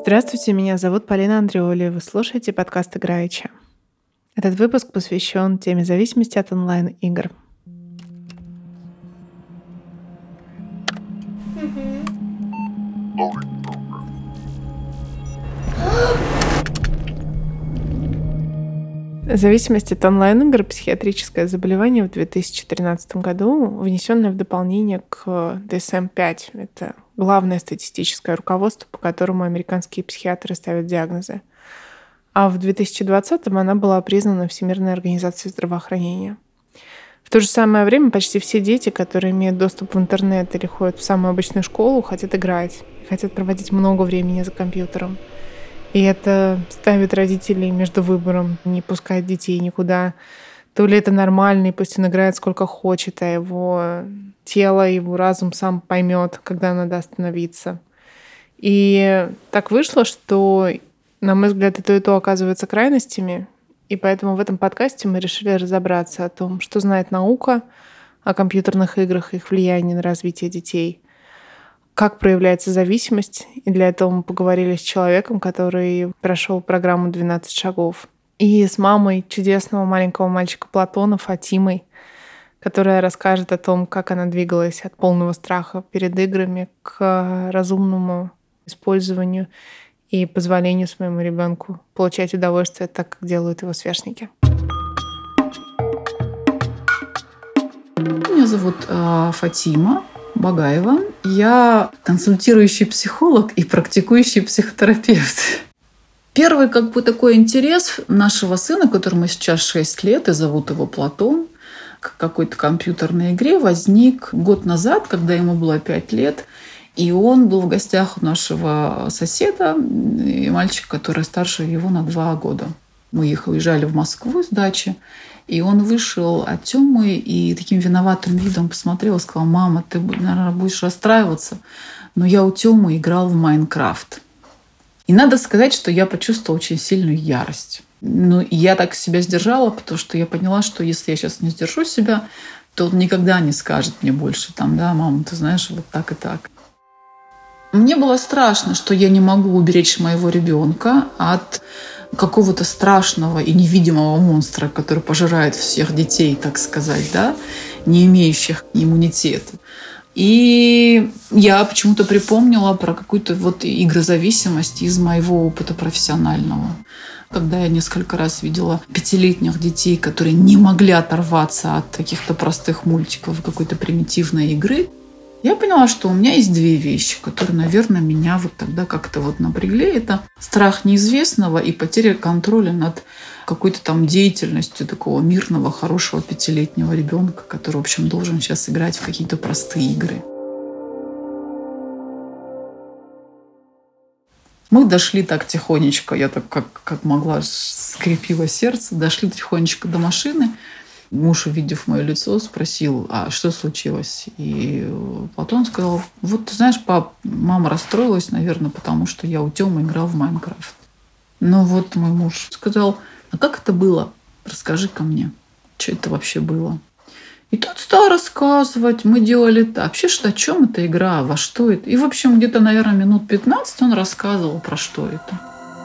Здравствуйте, меня зовут Полина Андреоли. Вы слушаете подкаст «Играючи». Этот выпуск посвящен теме зависимости от онлайн-игр. Зависимость от онлайн-игр — психиатрическое заболевание в 2013 году, внесенное в дополнение к DSM-5. Это главное статистическое руководство, по которому американские психиатры ставят диагнозы. А в 2020-м она была признана Всемирной организацией здравоохранения. В то же самое время почти все дети, которые имеют доступ в интернет или ходят в самую обычную школу, хотят играть, хотят проводить много времени за компьютером. И это ставит родителей между выбором не пускать детей никуда. То ли это нормально, и пусть он играет сколько хочет, а его тело, его разум сам поймет, когда надо остановиться. И так вышло, что, на мой взгляд, и то оказывается крайностями. И поэтому в этом подкасте мы решили разобраться о том, что знает наука о компьютерных играх и их влиянии на развитие детей, как проявляется зависимость. И для этого мы поговорили с человеком, который прошел программу «12 шагов». И с мамой чудесного маленького мальчика Платона, Фатимой, которая расскажет о том, как она двигалась от полного страха перед играми к разумному использованию и позволению своему ребенку получать удовольствие так, как делают его сверстники. Меня зовут Фатима Багаева. Я консультирующий психолог и практикующий психотерапевт. Первый такой интерес нашего сына, которому сейчас 6 лет, и зовут его Платон, к какой-то компьютерной игре возник год назад, когда ему было 5 лет. И он был в гостях у нашего соседа, и мальчик, который старше его на 2 года. Мы уезжали в Москву с дачи, и он вышел от Тёмы и таким виноватым видом посмотрел и сказал: «Мама, ты, наверное, будешь расстраиваться, но я у Тёмы играл в Майнкрафт». И надо сказать, что я почувствовала очень сильную ярость. И я так себя сдержала, потому что я поняла, что если я сейчас не сдержу себя, то он никогда не скажет мне больше: «Мама, ты знаешь, вот так и так». Мне было страшно, что я не могу уберечь моего ребенка от какого-то страшного и невидимого монстра, который пожирает всех детей, так сказать, не имеющих иммунитета. И я почему-то припомнила про какую-то игрозависимость из моего опыта профессионального. Когда я несколько раз видела 5-летних детей, которые не могли оторваться от каких-то простых мультиков, какой-то примитивной игры, я поняла, что у меня есть 2 вещи, которые, наверное, меня тогда как-то напрягли. Это страх неизвестного и потеря контроля над какой-то деятельностью такого мирного, хорошего 5-летнего ребенка, который, в общем, должен сейчас играть в какие-то простые игры. Мы дошли так тихонечко, я так как могла, скрепила сердце, дошли тихонечко до машины. Муж, увидев мое лицо, спросил: «А что случилось?» И Платон сказал: «Ты знаешь, пап, мама расстроилась, наверное, потому что я у Тёмы играл в Майнкрафт». Мой муж сказал: «А как это было? Расскажи-ка мне, что это вообще было?» И тот стал рассказывать. Мы делали так. Вообще, о чем эта игра, во что это? И, в общем, где-то, наверное, минут 15 он рассказывал, про что это.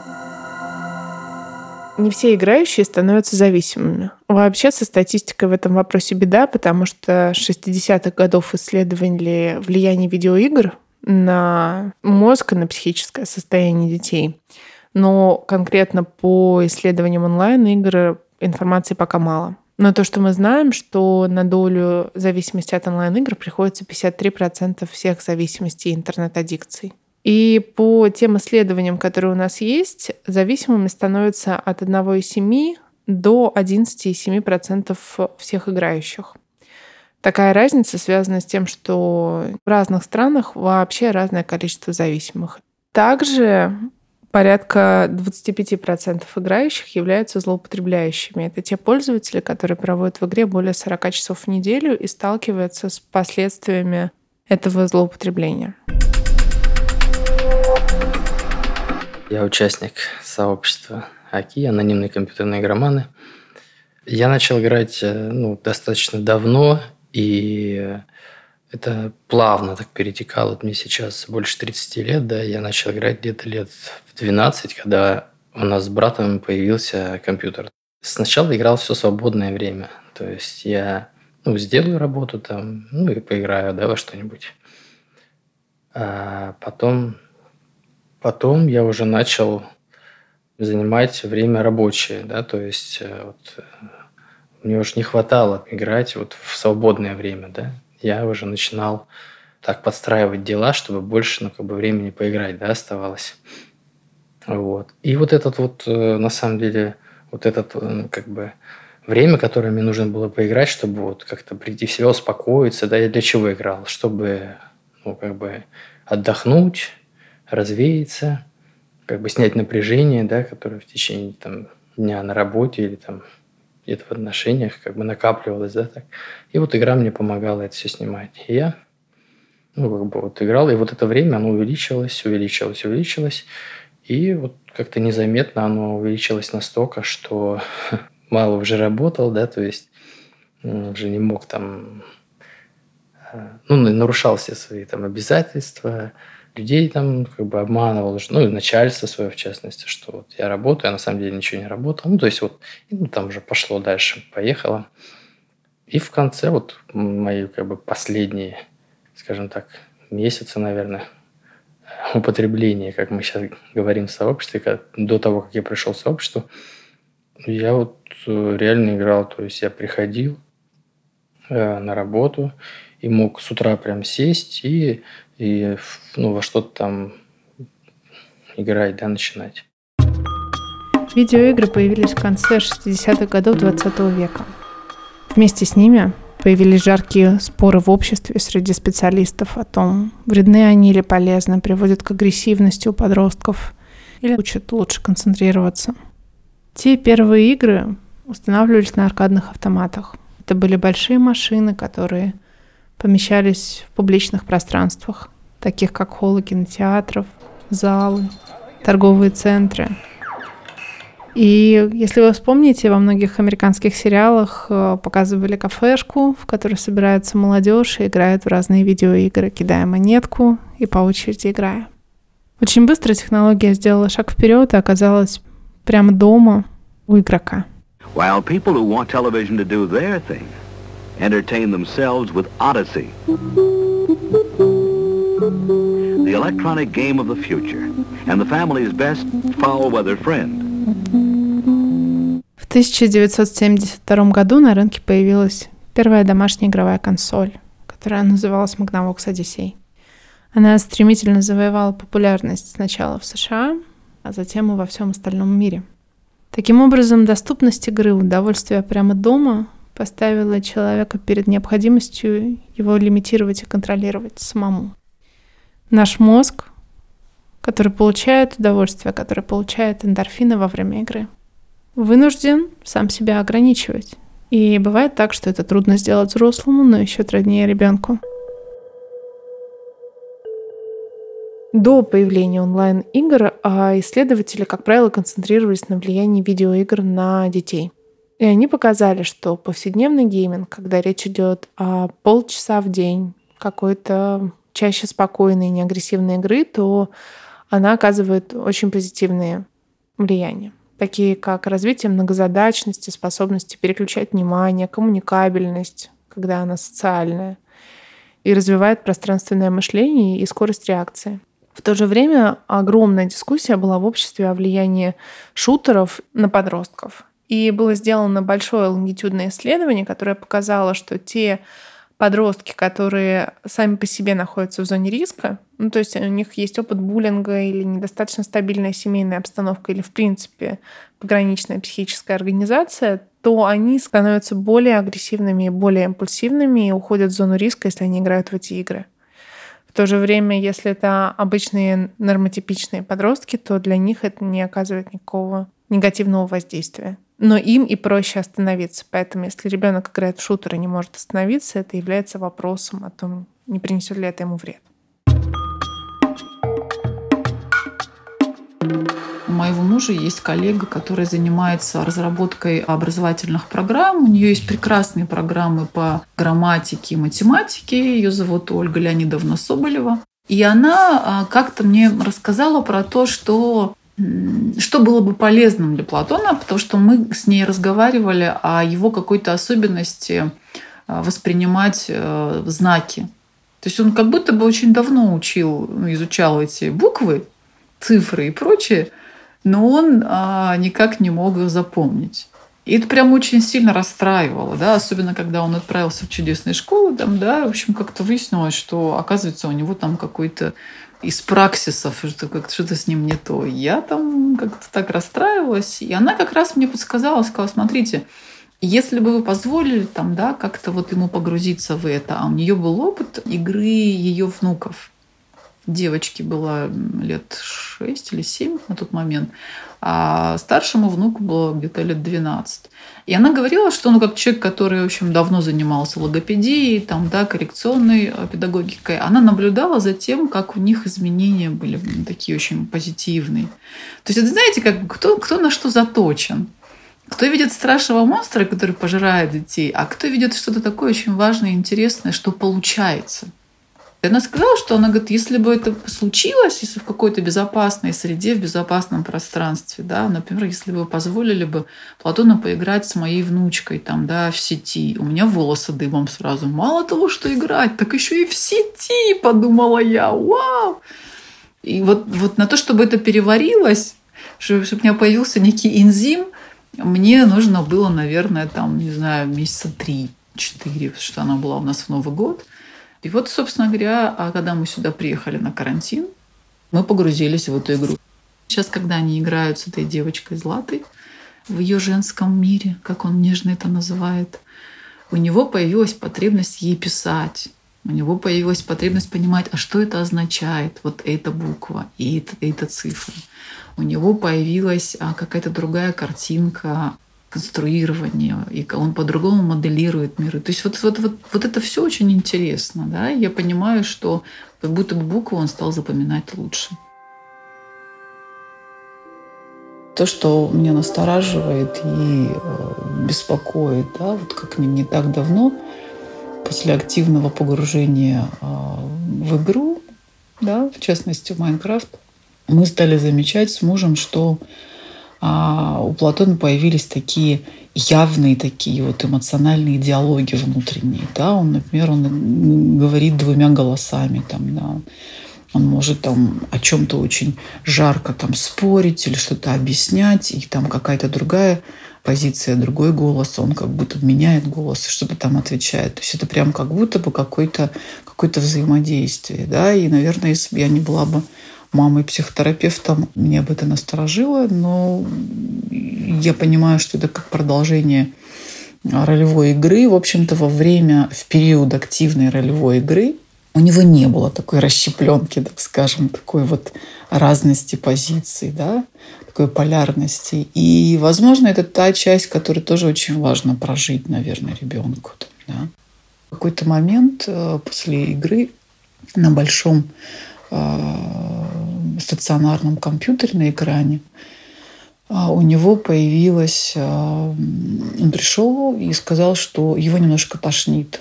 Не все играющие становятся зависимыми. Вообще со статистикой в этом вопросе беда, потому что с 60-х годов исследовали влияние видеоигр на мозг и на психическое состояние детей. Но конкретно по исследованиям онлайн-игр информации пока мало. Но то, что мы знаем, что на долю зависимости от онлайн-игр приходится 53% всех зависимостей и интернет-аддикций. И по тем исследованиям, которые у нас есть, зависимыми становятся от 1,7 до 11,7% всех играющих. Такая разница связана с тем, что в разных странах вообще разное количество зависимых. Также порядка 25% играющих являются злоупотребляющими. Это те пользователи, которые проводят в игре более 40 часов в неделю и сталкиваются с последствиями этого злоупотребления. Я участник сообщества АКИ, анонимные компьютерные игроманы. Я начал играть достаточно давно, и это плавно так перетекало. Вот мне сейчас больше 30 лет, да, я начал играть где-то лет в 12, когда у нас с братом появился компьютер. Сначала играл все свободное время. То есть я сделаю работу там, и поиграю, да, во что-нибудь. А потом я уже начал занимать время рабочее, да, то есть мне уже не хватало играть вот в свободное время, да. Я уже начинал так подстраивать дела, чтобы больше, времени поиграть, да, оставалось. Вот. И вот этот на самом деле, время, которое мне нужно было поиграть, чтобы вот как-то прийти в себя, успокоиться, да, я для чего играл? Чтобы, отдохнуть, развеяться, снять напряжение, да, которое в течение дня на работе или где-то в отношениях накапливалось, да, так. И вот игра мне помогала это все снимать. И я, играл, и вот это время, оно увеличилось. И вот как-то незаметно оно увеличилось настолько, что мало уже работал, да, то есть уже не мог нарушал все свои обязательства, людей обманывал, и начальство свое в частности, что вот я работаю, а на самом деле ничего не работал. То есть там уже пошло дальше, поехало. И в конце мои последние, скажем так, месяцы, наверное, употребления, как мы сейчас говорим в сообществе, до того, как я пришел в сообщество, я реально играл. То есть я приходил на работу и мог с утра прям сесть и во что-то играть, да, начинать. Видеоигры появились в конце 60-х годов 20 века. Вместе с ними появились жаркие споры в обществе среди специалистов о том, вредны они или полезны, приводят к агрессивности у подростков или учат лучше концентрироваться. Те первые игры устанавливались на аркадных автоматах. Это были большие машины, которые помещались в публичных пространствах, таких как холлы кинотеатров, залы, торговые центры. И если вы вспомните, во многих американских сериалах показывали кафешку, в которой собирается молодежь и играет в разные видеоигры, кидая монетку и по очереди играя. Очень быстро технология сделала шаг вперед и оказалась прямо дома у игрока. While people who want television to do their thing entertain themselves with Odyssey, the electronic game of the future, and the family's best foul-weather friend. В 1972 году на рынке появилась первая домашняя игровая консоль, которая называлась Magnavox Odyssey. Она стремительно завоевала популярность сначала в США, а затем и во всем остальном мире. Таким образом, доступность игры, удовольствие прямо дома поставила человека перед необходимостью его лимитировать и контролировать самому. Наш мозг, который получает удовольствие, который получает эндорфины во время игры, вынужден сам себя ограничивать. И бывает так, что это трудно сделать взрослому, но еще труднее ребенку. До появления онлайн-игр исследователи, как правило, концентрировались на влиянии видеоигр на детей. И они показали, что повседневный гейминг, когда речь идет о полчаса в день, какой-то чаще спокойной, неагрессивной игры, то она оказывает очень позитивные влияния, такие как развитие многозадачности, способности переключать внимание, коммуникабельность, когда она социальная, и развивает пространственное мышление и скорость реакции. В то же время огромная дискуссия была в обществе о влиянии шутеров на подростков. И было сделано большое лонгитюдное исследование, которое показало, что те подростки, которые сами по себе находятся в зоне риска, то есть у них есть опыт буллинга или недостаточно стабильная семейная обстановка, или в принципе пограничная психическая организация, то они становятся более агрессивными и более импульсивными и уходят в зону риска, если они играют в эти игры. В то же время, если это обычные нормотипичные подростки, то для них это не оказывает никакого негативного воздействия. Но им и проще остановиться. Поэтому, если ребенок играет в шутер и не может остановиться, это является вопросом о том, не принесет ли это ему вред. моего мужа есть коллега, которая занимается разработкой образовательных программ. У нее есть прекрасные программы по грамматике и математике. Ее зовут Ольга Леонидовна Соболева. И она как-то мне рассказала про то, что было бы полезным для Платона, потому что мы с ней разговаривали о его какой-то особенности воспринимать знаки. То есть он как будто бы очень давно изучал эти буквы, цифры и прочее, но он никак не мог их запомнить. И это прям очень сильно расстраивало, да, особенно когда он отправился в чудесные школы, там, да, в общем, как-то выяснилось, что, оказывается, у него там какой-то из праксисов, что-то с ним не то. Я там как-то так расстраивалась, и она как раз мне подсказала, сказала: смотрите, если бы вы позволили там, да, как-то вот ему погрузиться в это, а у нее был опыт игры ее внуков. Девочке было лет 6 или 7 на тот момент, а старшему внуку было где-то лет 12. И она говорила, что как человек, который, в общем, давно занимался логопедией, там, да, коррекционной педагогикой, она наблюдала за тем, как у них изменения были такие очень позитивные. То есть, это, знаете, как кто на что заточен. Кто видит страшного монстра, который пожирает детей, а кто видит что-то такое очень важное и интересное, что получается. И она сказала, что она говорит, если бы это случилось, если в какой-то безопасной среде, в безопасном пространстве, да, например, если бы вы позволили бы Платону поиграть с моей внучкой там, да, в сети, у меня волосы дымом сразу. Мало того, что играть, так еще и в сети, подумала я. Вау! И вот на то, чтобы это переварилось, чтобы у меня появился некий энзим, мне нужно было, наверное, там, не знаю, месяца 3-4, потому что она была у нас в Новый год. И вот, собственно говоря, когда мы сюда приехали на карантин, мы погрузились в эту игру. Сейчас, когда они играют с этой девочкой Златой в ее женском мире, как он нежно это называет, у него появилась потребность ей писать. У него появилась потребность понимать, а что это означает, вот эта буква и эта цифра. У него появилась какая-то другая картинка конструирования, и он по-другому моделирует миры. То есть вот это все очень интересно. Да? Я понимаю, что как будто бы букву он стал запоминать лучше. То, что меня настораживает и беспокоит, да, вот как не так давно, после активного погружения в игру, да, в частности в Майнкрафт, мы стали замечать с мужем, что у Платона появились такие явные такие вот эмоциональные диалоги внутренние. Да? Он, например, он говорит 2 голосами. Там, да? Он может там о чем-то очень жарко там спорить или что-то объяснять, и там какая-то другая позиция, другой голос, он как будто меняет голос и что-то там отвечает. То есть это прям как будто бы какое-то взаимодействие. Да? И, наверное, если бы я не была бы мамой-психотерапевтом, меня бы это насторожило, но я понимаю, что это как продолжение ролевой игры. В общем-то, в период активной ролевой игры у него не было такой расщепленки, так скажем, такой вот разности позиций, да, такой полярности. И, возможно, это та часть, которую тоже очень важно прожить, наверное, ребенку. Да. В какой-то момент после игры на большом стационарном компьютере на экране у него появилось... Он пришел и сказал, что его немножко тошнит.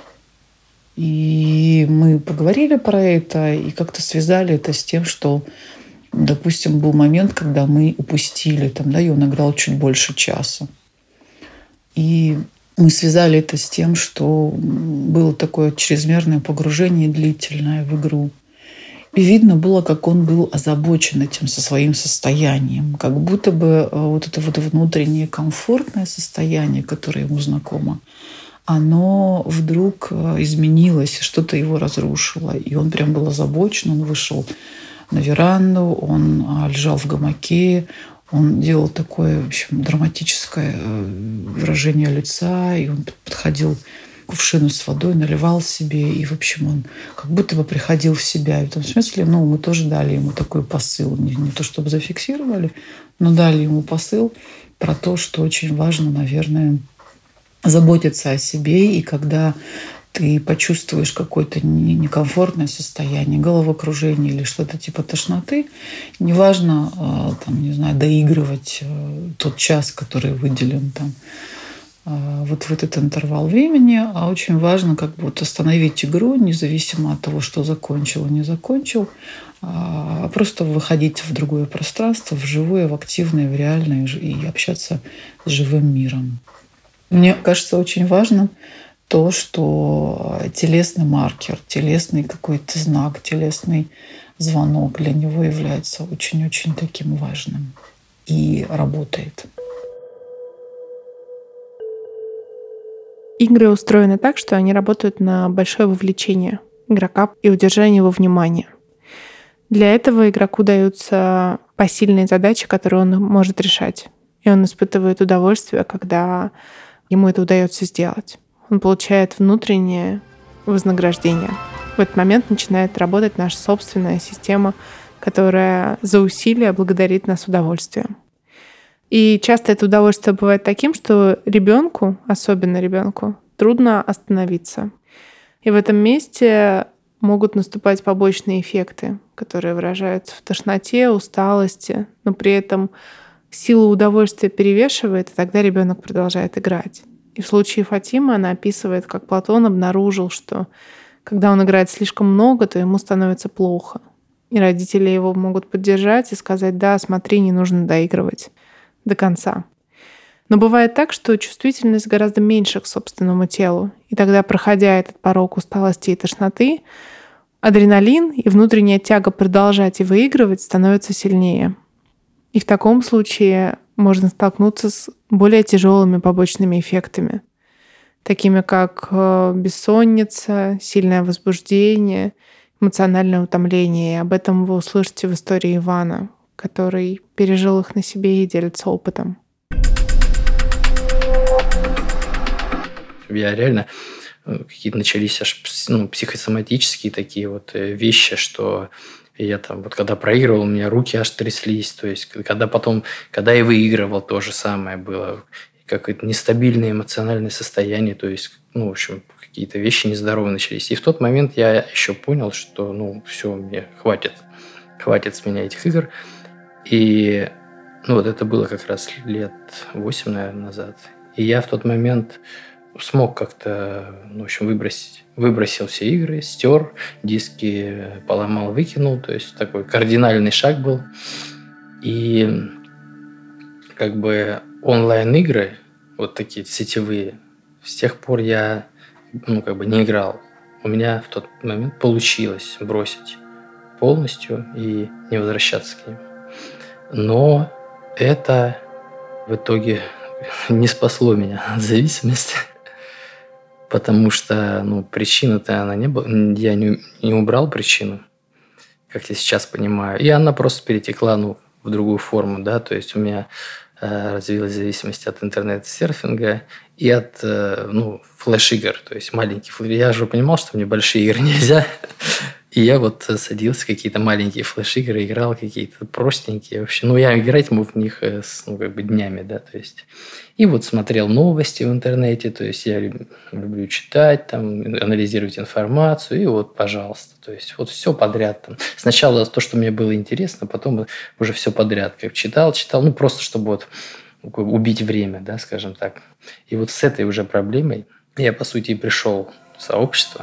И мы поговорили про это и как-то связали это с тем, что, допустим, был момент, когда мы упустили, там, да, и он играл чуть больше часа. И мы связали это с тем, что было такое чрезмерное погружение длительное в игру. И видно было, как он был озабочен этим со своим состоянием. Как будто бы вот это вот внутреннее комфортное состояние, которое ему знакомо, оно вдруг изменилось, что-то его разрушило. И он прям был озабочен, он вышел на веранду, он лежал в гамаке, он делал такое, в общем, драматическое выражение лица, и он подходил к кувшину с водой, наливал себе, и, в общем, он как будто бы приходил в себя. И в этом смысле, мы тоже дали ему такой посыл. Не то чтобы зафиксировали, но дали ему посыл про то, что очень важно, наверное, заботиться о себе. И когда ты почувствуешь какое-то некомфортное состояние, головокружение или что-то типа тошноты, неважно, там, не знаю, доигрывать тот час, который выделен там вот в этот интервал времени, а очень важно как бы вот остановить игру, независимо от того, что закончил и не закончил, а просто выходить в другое пространство, в живое, в активное, в реальное и общаться с живым миром. Мне кажется, очень важно то, что телесный маркер, телесный какой-то знак, телесный звонок для него является очень-очень таким важным и работает. Игры устроены так, что они работают на большое вовлечение игрока и удержание его внимания. Для этого игроку даются посильные задачи, которые он может решать. И он испытывает удовольствие, когда ему это удается сделать. Он получает внутреннее вознаграждение. В этот момент начинает работать наша собственная система, которая за усилия благодарит нас удовольствием. И часто это удовольствие бывает таким, что ребенку, особенно ребенку, трудно остановиться. И в этом месте могут наступать побочные эффекты, которые выражаются в тошноте, усталости, но при этом сила удовольствия перевешивает, и тогда ребенок продолжает играть. И в случае Фатимы она описывает, как Платон обнаружил, что когда он играет слишком много, то ему становится плохо. И родители его могут поддержать и сказать: да, смотри, не нужно доигрывать до конца. Но бывает так, что чувствительность гораздо меньше к собственному телу. И тогда, проходя этот порог усталости и тошноты, адреналин и внутренняя тяга продолжать и выигрывать становятся сильнее. И в таком случае можно столкнуться с более тяжелыми побочными эффектами, такими как бессонница, сильное возбуждение, эмоциональное утомление. И об этом вы услышите в истории Ивана, который пережил их на себе и делится опытом. Я реально какие-то начались аж психосоматические такие вот вещи, что я там вот когда проигрывал, у меня руки аж тряслись. То есть когда я выигрывал, то же самое было. Какое-то нестабильное эмоциональное состояние. То есть, в общем, какие-то вещи нездоровые начались. И в тот момент я еще понял, что, все, мне хватит с меня этих игр. И вот это было как раз лет 8, наверное, назад. И я в тот момент смог как-то, выбросил все игры, стер, диски поломал, выкинул. То есть такой кардинальный шаг был. И как бы онлайн-игры, вот такие сетевые, с тех пор я не играл. У меня в тот момент получилось бросить полностью и не возвращаться к ним. Но это в итоге не спасло меня от зависимости, потому что, причина-то она не была, я не убрал причину, как я сейчас понимаю, и она просто перетекла, в другую форму, да, то есть у меня развилась зависимость от интернет-серфинга и от, флеш-игр, то есть маленьких. Я же понимал, что мне большие игры нельзя. И я вот садился, какие-то маленькие флеш-игры играл, какие-то простенькие вообще. Я играть мог в них днями, да, то есть. И вот смотрел новости в интернете, то есть я люблю читать, там, анализировать информацию, и вот, пожалуйста, то есть вот все подряд. Там. Сначала то, что мне было интересно, потом уже все подряд, как читал, просто чтобы вот убить время, да, скажем так. И вот с этой уже проблемой я, по сути, и пришел в сообщество.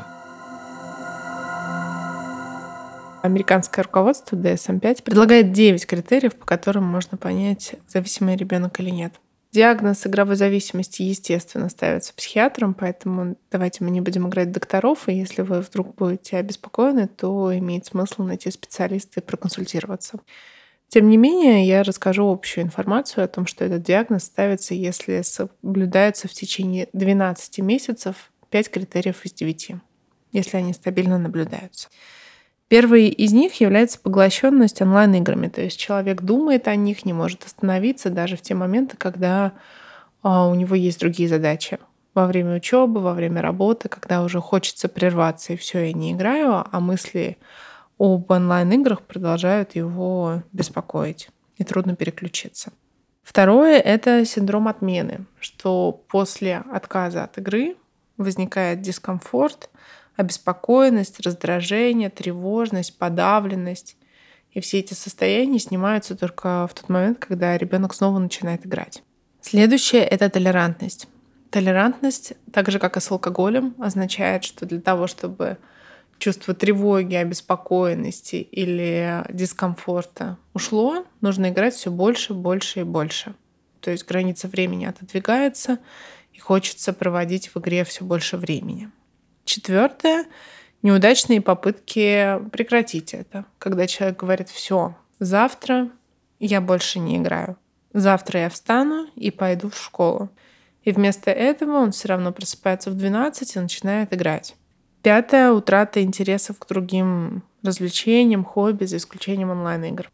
Американское руководство DSM-5 предлагает 9 критериев, по которым можно понять, зависимый ребенок или нет. Диагноз игровой зависимости, естественно, ставится психиатром, поэтому давайте мы не будем играть докторов, и если вы вдруг будете обеспокоены, то имеет смысл найти специалиста и проконсультироваться. Тем не менее, я расскажу общую информацию о том, что этот диагноз ставится, если соблюдаются в течение 12 месяцев 5 критериев из 9, если они стабильно наблюдаются. Первый из них является поглощенность онлайн-играми. То есть человек думает о них, не может остановиться даже в те моменты, когда у него есть другие задачи. Во время учебы, во время работы, когда уже хочется прерваться, и все, я не играю, а мысли об онлайн-играх продолжают его беспокоить, и трудно переключиться. Второе — это синдром отмены, что после отказа от игры возникает дискомфорт, обеспокоенность, раздражение, тревожность, подавленность. И все эти состояния снимаются только в тот момент, когда ребенок снова начинает играть. Следующее — это толерантность. Толерантность, так же как и с алкоголем, означает, что для того, чтобы чувство тревоги, обеспокоенности или дискомфорта ушло, нужно играть все больше, больше и больше. То есть граница времени отодвигается, и хочется проводить в игре все больше времени. Четвертое — неудачные попытки прекратить это. Когда человек говорит: все, завтра я больше не играю. Завтра я встану и пойду в школу. И вместо этого он все равно просыпается в 12 и начинает играть. Пятое — утрата интересов к другим развлечениям, хобби, за исключением онлайн-игр.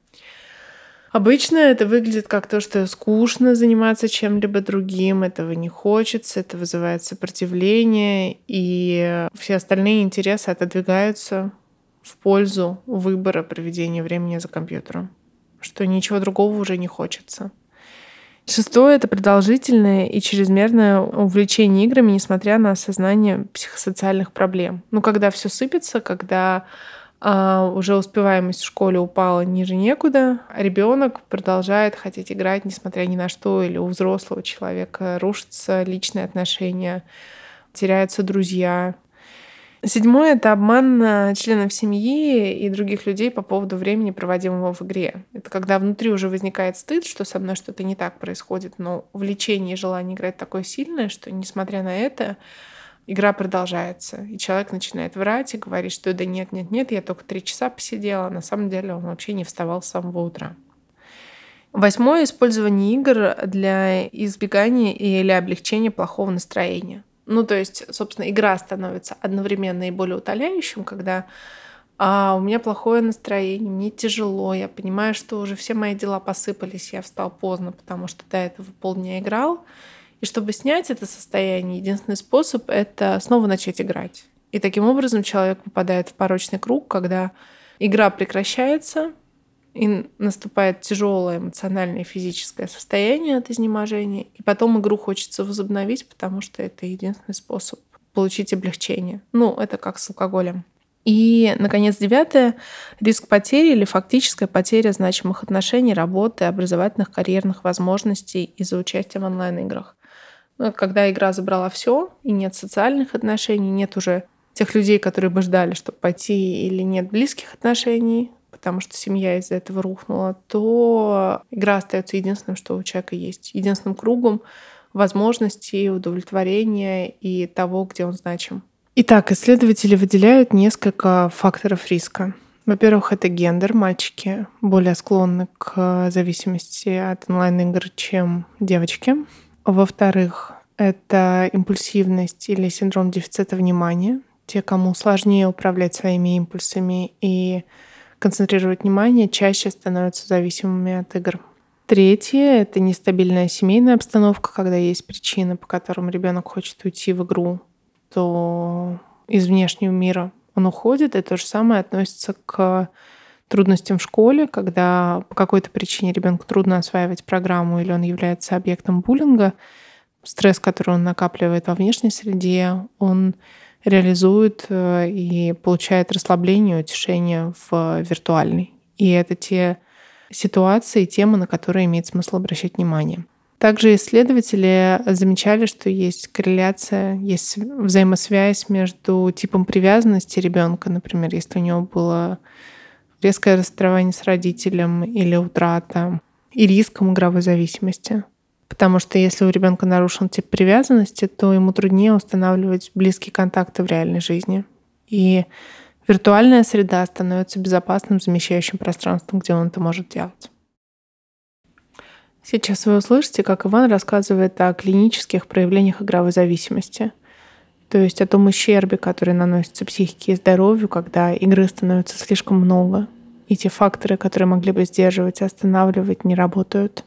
Обычно это выглядит как то, что скучно заниматься чем-либо другим, этого не хочется, это вызывает сопротивление, и все остальные интересы отодвигаются в пользу выбора проведения времени за компьютером, что ничего другого уже не хочется. Шестое — это продолжительное и чрезмерное увлечение играми, несмотря на осознание психосоциальных проблем. Когда все сыпется, когда уже успеваемость в школе упала ниже некуда, а ребенок продолжает хотеть играть, несмотря ни на что, или у взрослого человека рушатся личные отношения, теряются друзья. Седьмое — это обман членов семьи и других людей по поводу времени, проводимого в игре. Это когда внутри уже возникает стыд, что со мной что-то не так происходит, но влечение и желание играть такое сильное, что, несмотря на это, игра продолжается. И человек начинает врать и говорить, что да нет, я только 3 часа посидела, а на самом деле он вообще не вставал с самого утра. Восьмое — использование игр для избегания или облегчения плохого настроения. То есть, собственно, игра становится одновременно и более утоляющим, когда у меня плохое настроение, мне тяжело, я понимаю, что уже все мои дела посыпались, я встал поздно, потому что до этого полдня играл. И чтобы снять это состояние, единственный способ — это снова начать играть. И таким образом человек попадает в порочный круг, когда игра прекращается, и наступает тяжелое эмоциональное и физическое состояние от изнеможения, и потом игру хочется возобновить, потому что это единственный способ получить облегчение. Это как с алкоголем. И, наконец, 9. Риск потери или фактическая потеря значимых отношений, работы, образовательных, карьерных возможностей из-за участия в онлайн-играх. Когда игра забрала все, и нет социальных отношений, нет уже тех людей, которые бы ждали, чтобы пойти, или нет близких отношений, потому что семья из-за этого рухнула, то игра остается единственным, что у человека есть. Единственным кругом возможностей, удовлетворения и того, где он значим. Итак, исследователи выделяют несколько факторов риска. Во-первых, это гендер. Мальчики более склонны к зависимости от онлайн-игр, чем девочки. Во-вторых, это импульсивность или синдром дефицита внимания. Те, кому сложнее управлять своими импульсами и концентрировать внимание, чаще становятся зависимыми от игр. Третье — это нестабильная семейная обстановка, когда есть причины, по которым ребенок хочет уйти в игру, то из внешнего мира он уходит. И то же самое относится к трудностям в школе, когда по какой-то причине ребенку трудно осваивать программу или он является объектом буллинга. Стресс, который он накапливает во внешней среде, он реализует и получает расслабление, утешение в виртуальной. И это те ситуации, темы, на которые имеет смысл обращать внимание. Также исследователи замечали, что есть корреляция, есть взаимосвязь между типом привязанности ребенка, например, если у него было резкое расставание с родителем или утрата, и риском игровой зависимости. Потому что если у ребенка нарушен тип привязанности, то ему труднее устанавливать близкие контакты в реальной жизни. И виртуальная среда становится безопасным замещающим пространством, где он это может делать. Сейчас вы услышите, как Иван рассказывает о клинических проявлениях игровой зависимости. То есть о том ущербе, который наносится психике и здоровью, когда игры становится слишком много, и те факторы, которые могли бы сдерживать и останавливать, не работают.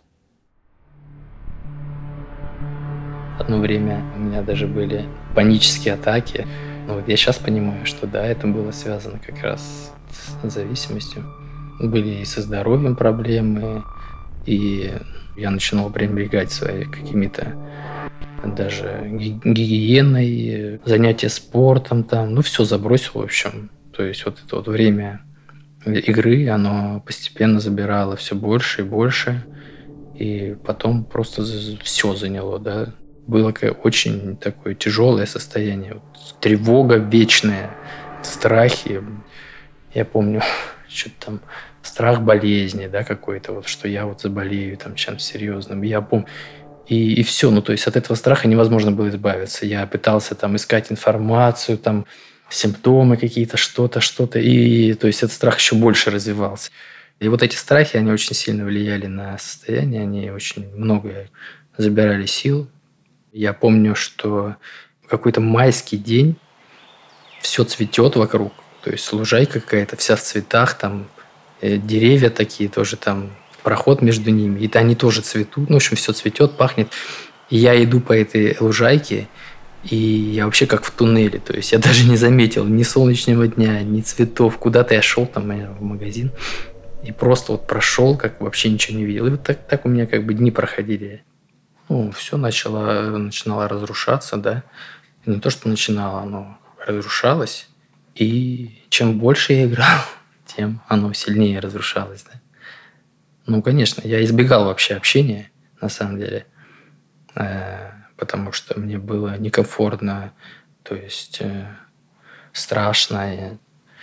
Одно время у меня даже были панические атаки. Но я сейчас понимаю, что да, это было связано как раз с зависимостью. Были и со здоровьем проблемы, и я начинал пренебрегать своими какими-то даже гигиеной, занятия спортом там. Ну, все забросил, в общем. То есть вот это вот время игры, оно постепенно забирало все больше и больше. И потом просто все заняло, да. Было очень такое тяжелое состояние. Вот, тревога вечная, страхи. Я помню, что-то там страх болезни, да, какой-то, вот, что я вот заболею там чем-то серьезным. Я помню. И все. Ну, то есть от этого страха невозможно было избавиться. Я пытался там искать информацию, там симптомы какие-то, что-то. И то есть этот страх еще больше развивался. И вот эти страхи, они очень сильно влияли на состояние, они очень многое забирали сил. Я помню, что в какой-то майский день все цветет вокруг, то есть лужайка какая-то вся в цветах, там деревья такие тоже, там проход между ними, и они тоже цветут, ну, в общем, все цветет, пахнет. И я иду по этой лужайке, и я вообще как в туннеле, то есть я даже не заметил ни солнечного дня, ни цветов, куда-то я шел там в магазин, и просто вот прошел, как вообще ничего не видел. И вот так у меня как бы дни проходили. Ну, все начинало разрушаться, да. И не то, что начинало, оно разрушалось. И чем больше я играл, тем оно сильнее разрушалось, да. Ну, конечно, я избегал вообще общения, на самом деле, потому что мне было некомфортно, то есть страшно.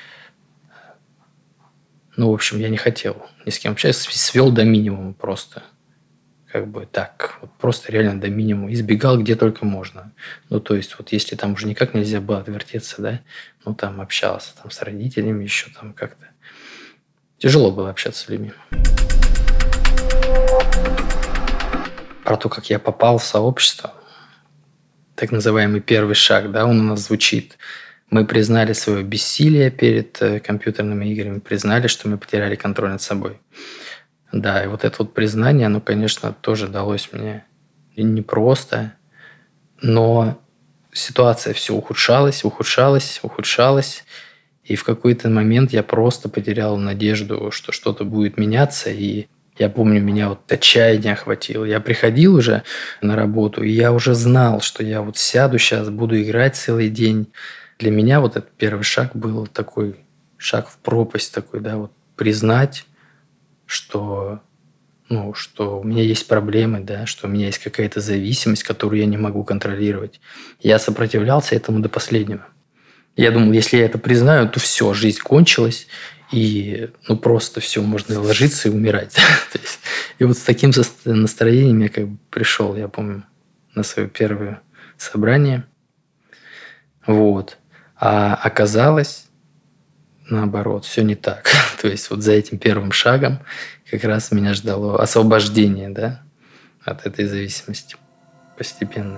Ну, в общем, я не хотел ни с кем общаться, свел до минимума просто. Как бы так, вот просто реально до минимума. Избегал где только можно. Ну, то есть, вот если там уже никак нельзя было отвертеться, да, ну, там общался там с родителями еще там как-то. Тяжело было общаться с людьми. Про то, как я попал в сообщество, так называемый первый шаг, да, он у нас звучит. Мы признали свое бессилие перед компьютерными играми, признали, что мы потеряли контроль над собой. Да, и вот это вот признание, оно, конечно, тоже далось мне непросто, но ситуация все ухудшалась, и в какой-то момент я просто потерял надежду, что что-то будет меняться, и я помню, меня вот отчаяние охватило. Я приходил уже на работу, и я уже знал, что я вот сяду сейчас, буду играть целый день. Для меня вот этот первый шаг был такой шаг в пропасть такой, да, вот признать, что у меня есть проблемы, да, что у меня есть какая-то зависимость, которую я не могу контролировать. Я сопротивлялся этому до последнего. Я думал, если я это признаю, то все, жизнь кончилась, и просто все, можно ложиться и умирать. И вот с таким настроением я как бы пришел, я помню, на свое первое собрание. Вот. А оказалось, наоборот, все не так. То есть вот за этим первым шагом как раз меня ждало освобождение, да, от этой зависимости постепенно.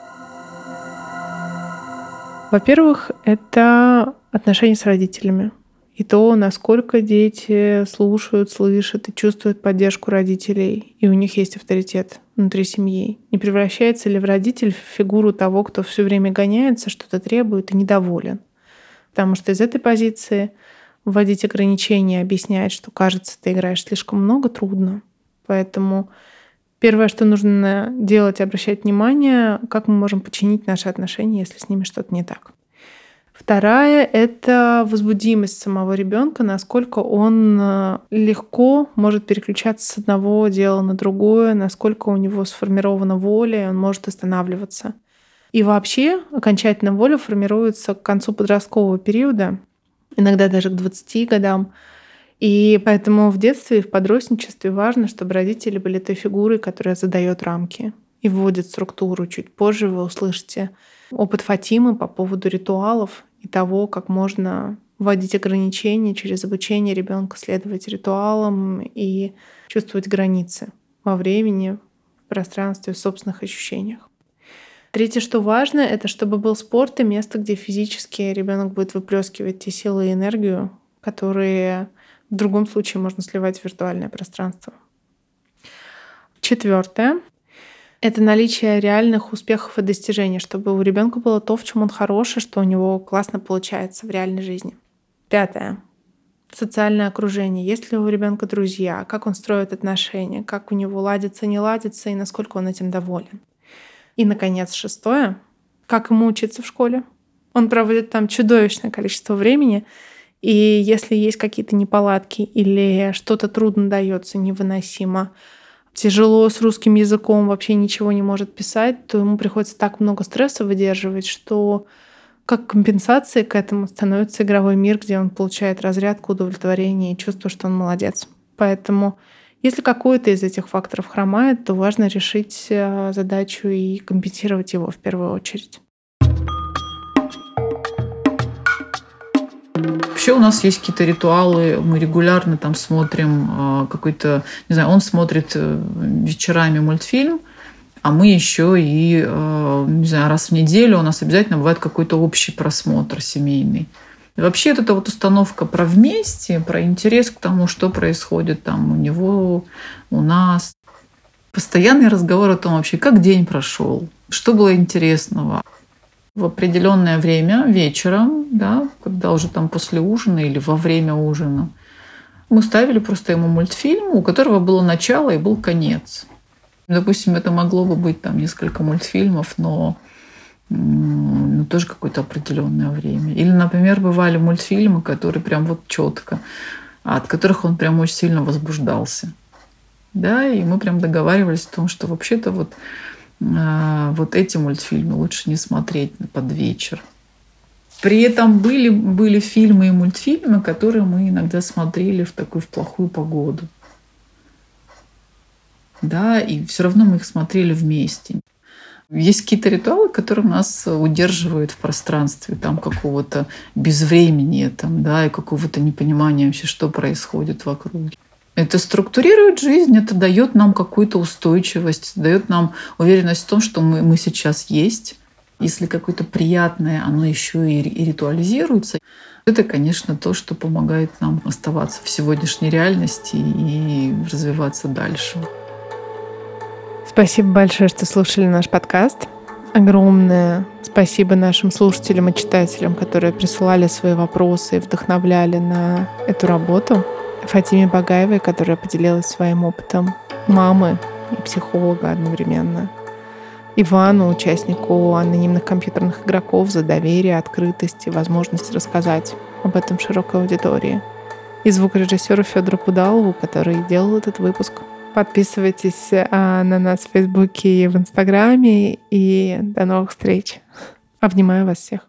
Во-первых, это отношения с родителями. И то, насколько дети слушают, слышат и чувствуют поддержку родителей, и у них есть авторитет внутри семьи. Не превращается ли в родитель в фигуру того, кто все время гоняется, что-то требует и недоволен? Потому что из этой позиции вводить ограничения, объяснять, что, кажется, ты играешь слишком много, трудно. Поэтому первое, что нужно делать, обращать внимание, как мы можем починить наши отношения, если с ними что-то не так. Вторая — это возбудимость самого ребенка, насколько он легко может переключаться с одного дела на другое, насколько у него сформирована воля, и он может останавливаться. И вообще окончательно воля формируется к концу подросткового периода, иногда даже к 20 годам. И поэтому в детстве и в подростничестве важно, чтобы родители были той фигурой, которая задает рамки и вводит структуру. Чуть позже вы услышите опыт Фатимы по поводу ритуалов и того, как можно вводить ограничения через обучение ребенка следовать ритуалам и чувствовать границы во времени, в пространстве, в собственных ощущениях. Третье, что важно, это чтобы был спорт и место, где физически ребенок будет выплескивать те силы и энергию, которые в другом случае можно сливать в виртуальное пространство. Четвертое — это наличие реальных успехов и достижений, чтобы у ребенка было то, в чем он хорош, и что у него классно получается в реальной жизни. Пятое — социальное окружение. Есть ли у ребенка друзья, как он строит отношения, как у него ладится, не ладится и насколько он этим доволен. И, наконец, 6. Как ему учиться в школе. Он проводит там чудовищное количество времени, и если есть какие-то неполадки или что-то трудно дается, невыносимо, тяжело с русским языком, вообще ничего не может писать, то ему приходится так много стресса выдерживать, что как компенсацией к этому становится игровой мир, где он получает разрядку, удовлетворение и чувство, что он молодец. Поэтому если какой-то из этих факторов хромает, то важно решить задачу и компенсировать его в первую очередь. Вообще у нас есть какие-то ритуалы, мы регулярно там смотрим какой-то, не знаю, он смотрит вечерами мультфильм, а мы еще и, не знаю, раз в неделю у нас обязательно бывает какой-то общий просмотр семейный. И вообще эта вот установка про вместе, про интерес к тому, что происходит там у него, у нас. Постоянный разговор о том вообще, как день прошел, что было интересного. В определенное время вечером, да, когда уже там после ужина или во время ужина, мы ставили просто ему мультфильм, у которого было начало и был конец. Допустим, это могло бы быть там несколько мультфильмов, но тоже какое-то определенное время. Или, например, бывали мультфильмы, которые прям вот четко, от которых он прям очень сильно возбуждался. Да, и мы прям договаривались о том, что вообще-то вот эти мультфильмы лучше не смотреть под вечер. При этом были фильмы и мультфильмы, которые мы иногда смотрели в плохую погоду. Да, и все равно мы их смотрели вместе. Есть какие-то ритуалы, которые нас удерживают в пространстве там какого-то безвремени там, да, и какого-то непонимания вообще, что происходит вокруг. Это структурирует жизнь, это дает нам какую-то устойчивость, дает нам уверенность в том, что мы сейчас есть. Если какое-то приятное, оно еще и ритуализируется. Это, конечно, то, что помогает нам оставаться в сегодняшней реальности и развиваться дальше. Спасибо большое, что слушали наш подкаст. Огромное спасибо нашим слушателям и читателям, которые присылали свои вопросы и вдохновляли на эту работу. Фатиме Багаевой, которая поделилась своим опытом мамы и психолога одновременно. Ивану, участнику анонимных компьютерных игроков, за доверие, открытость и возможность рассказать об этом широкой аудитории. И звукорежиссеру Федору Пудалову, который делал этот выпуск. Подписывайтесь на нас в Фейсбуке и в Инстаграме. И до новых встреч. Обнимаю вас всех.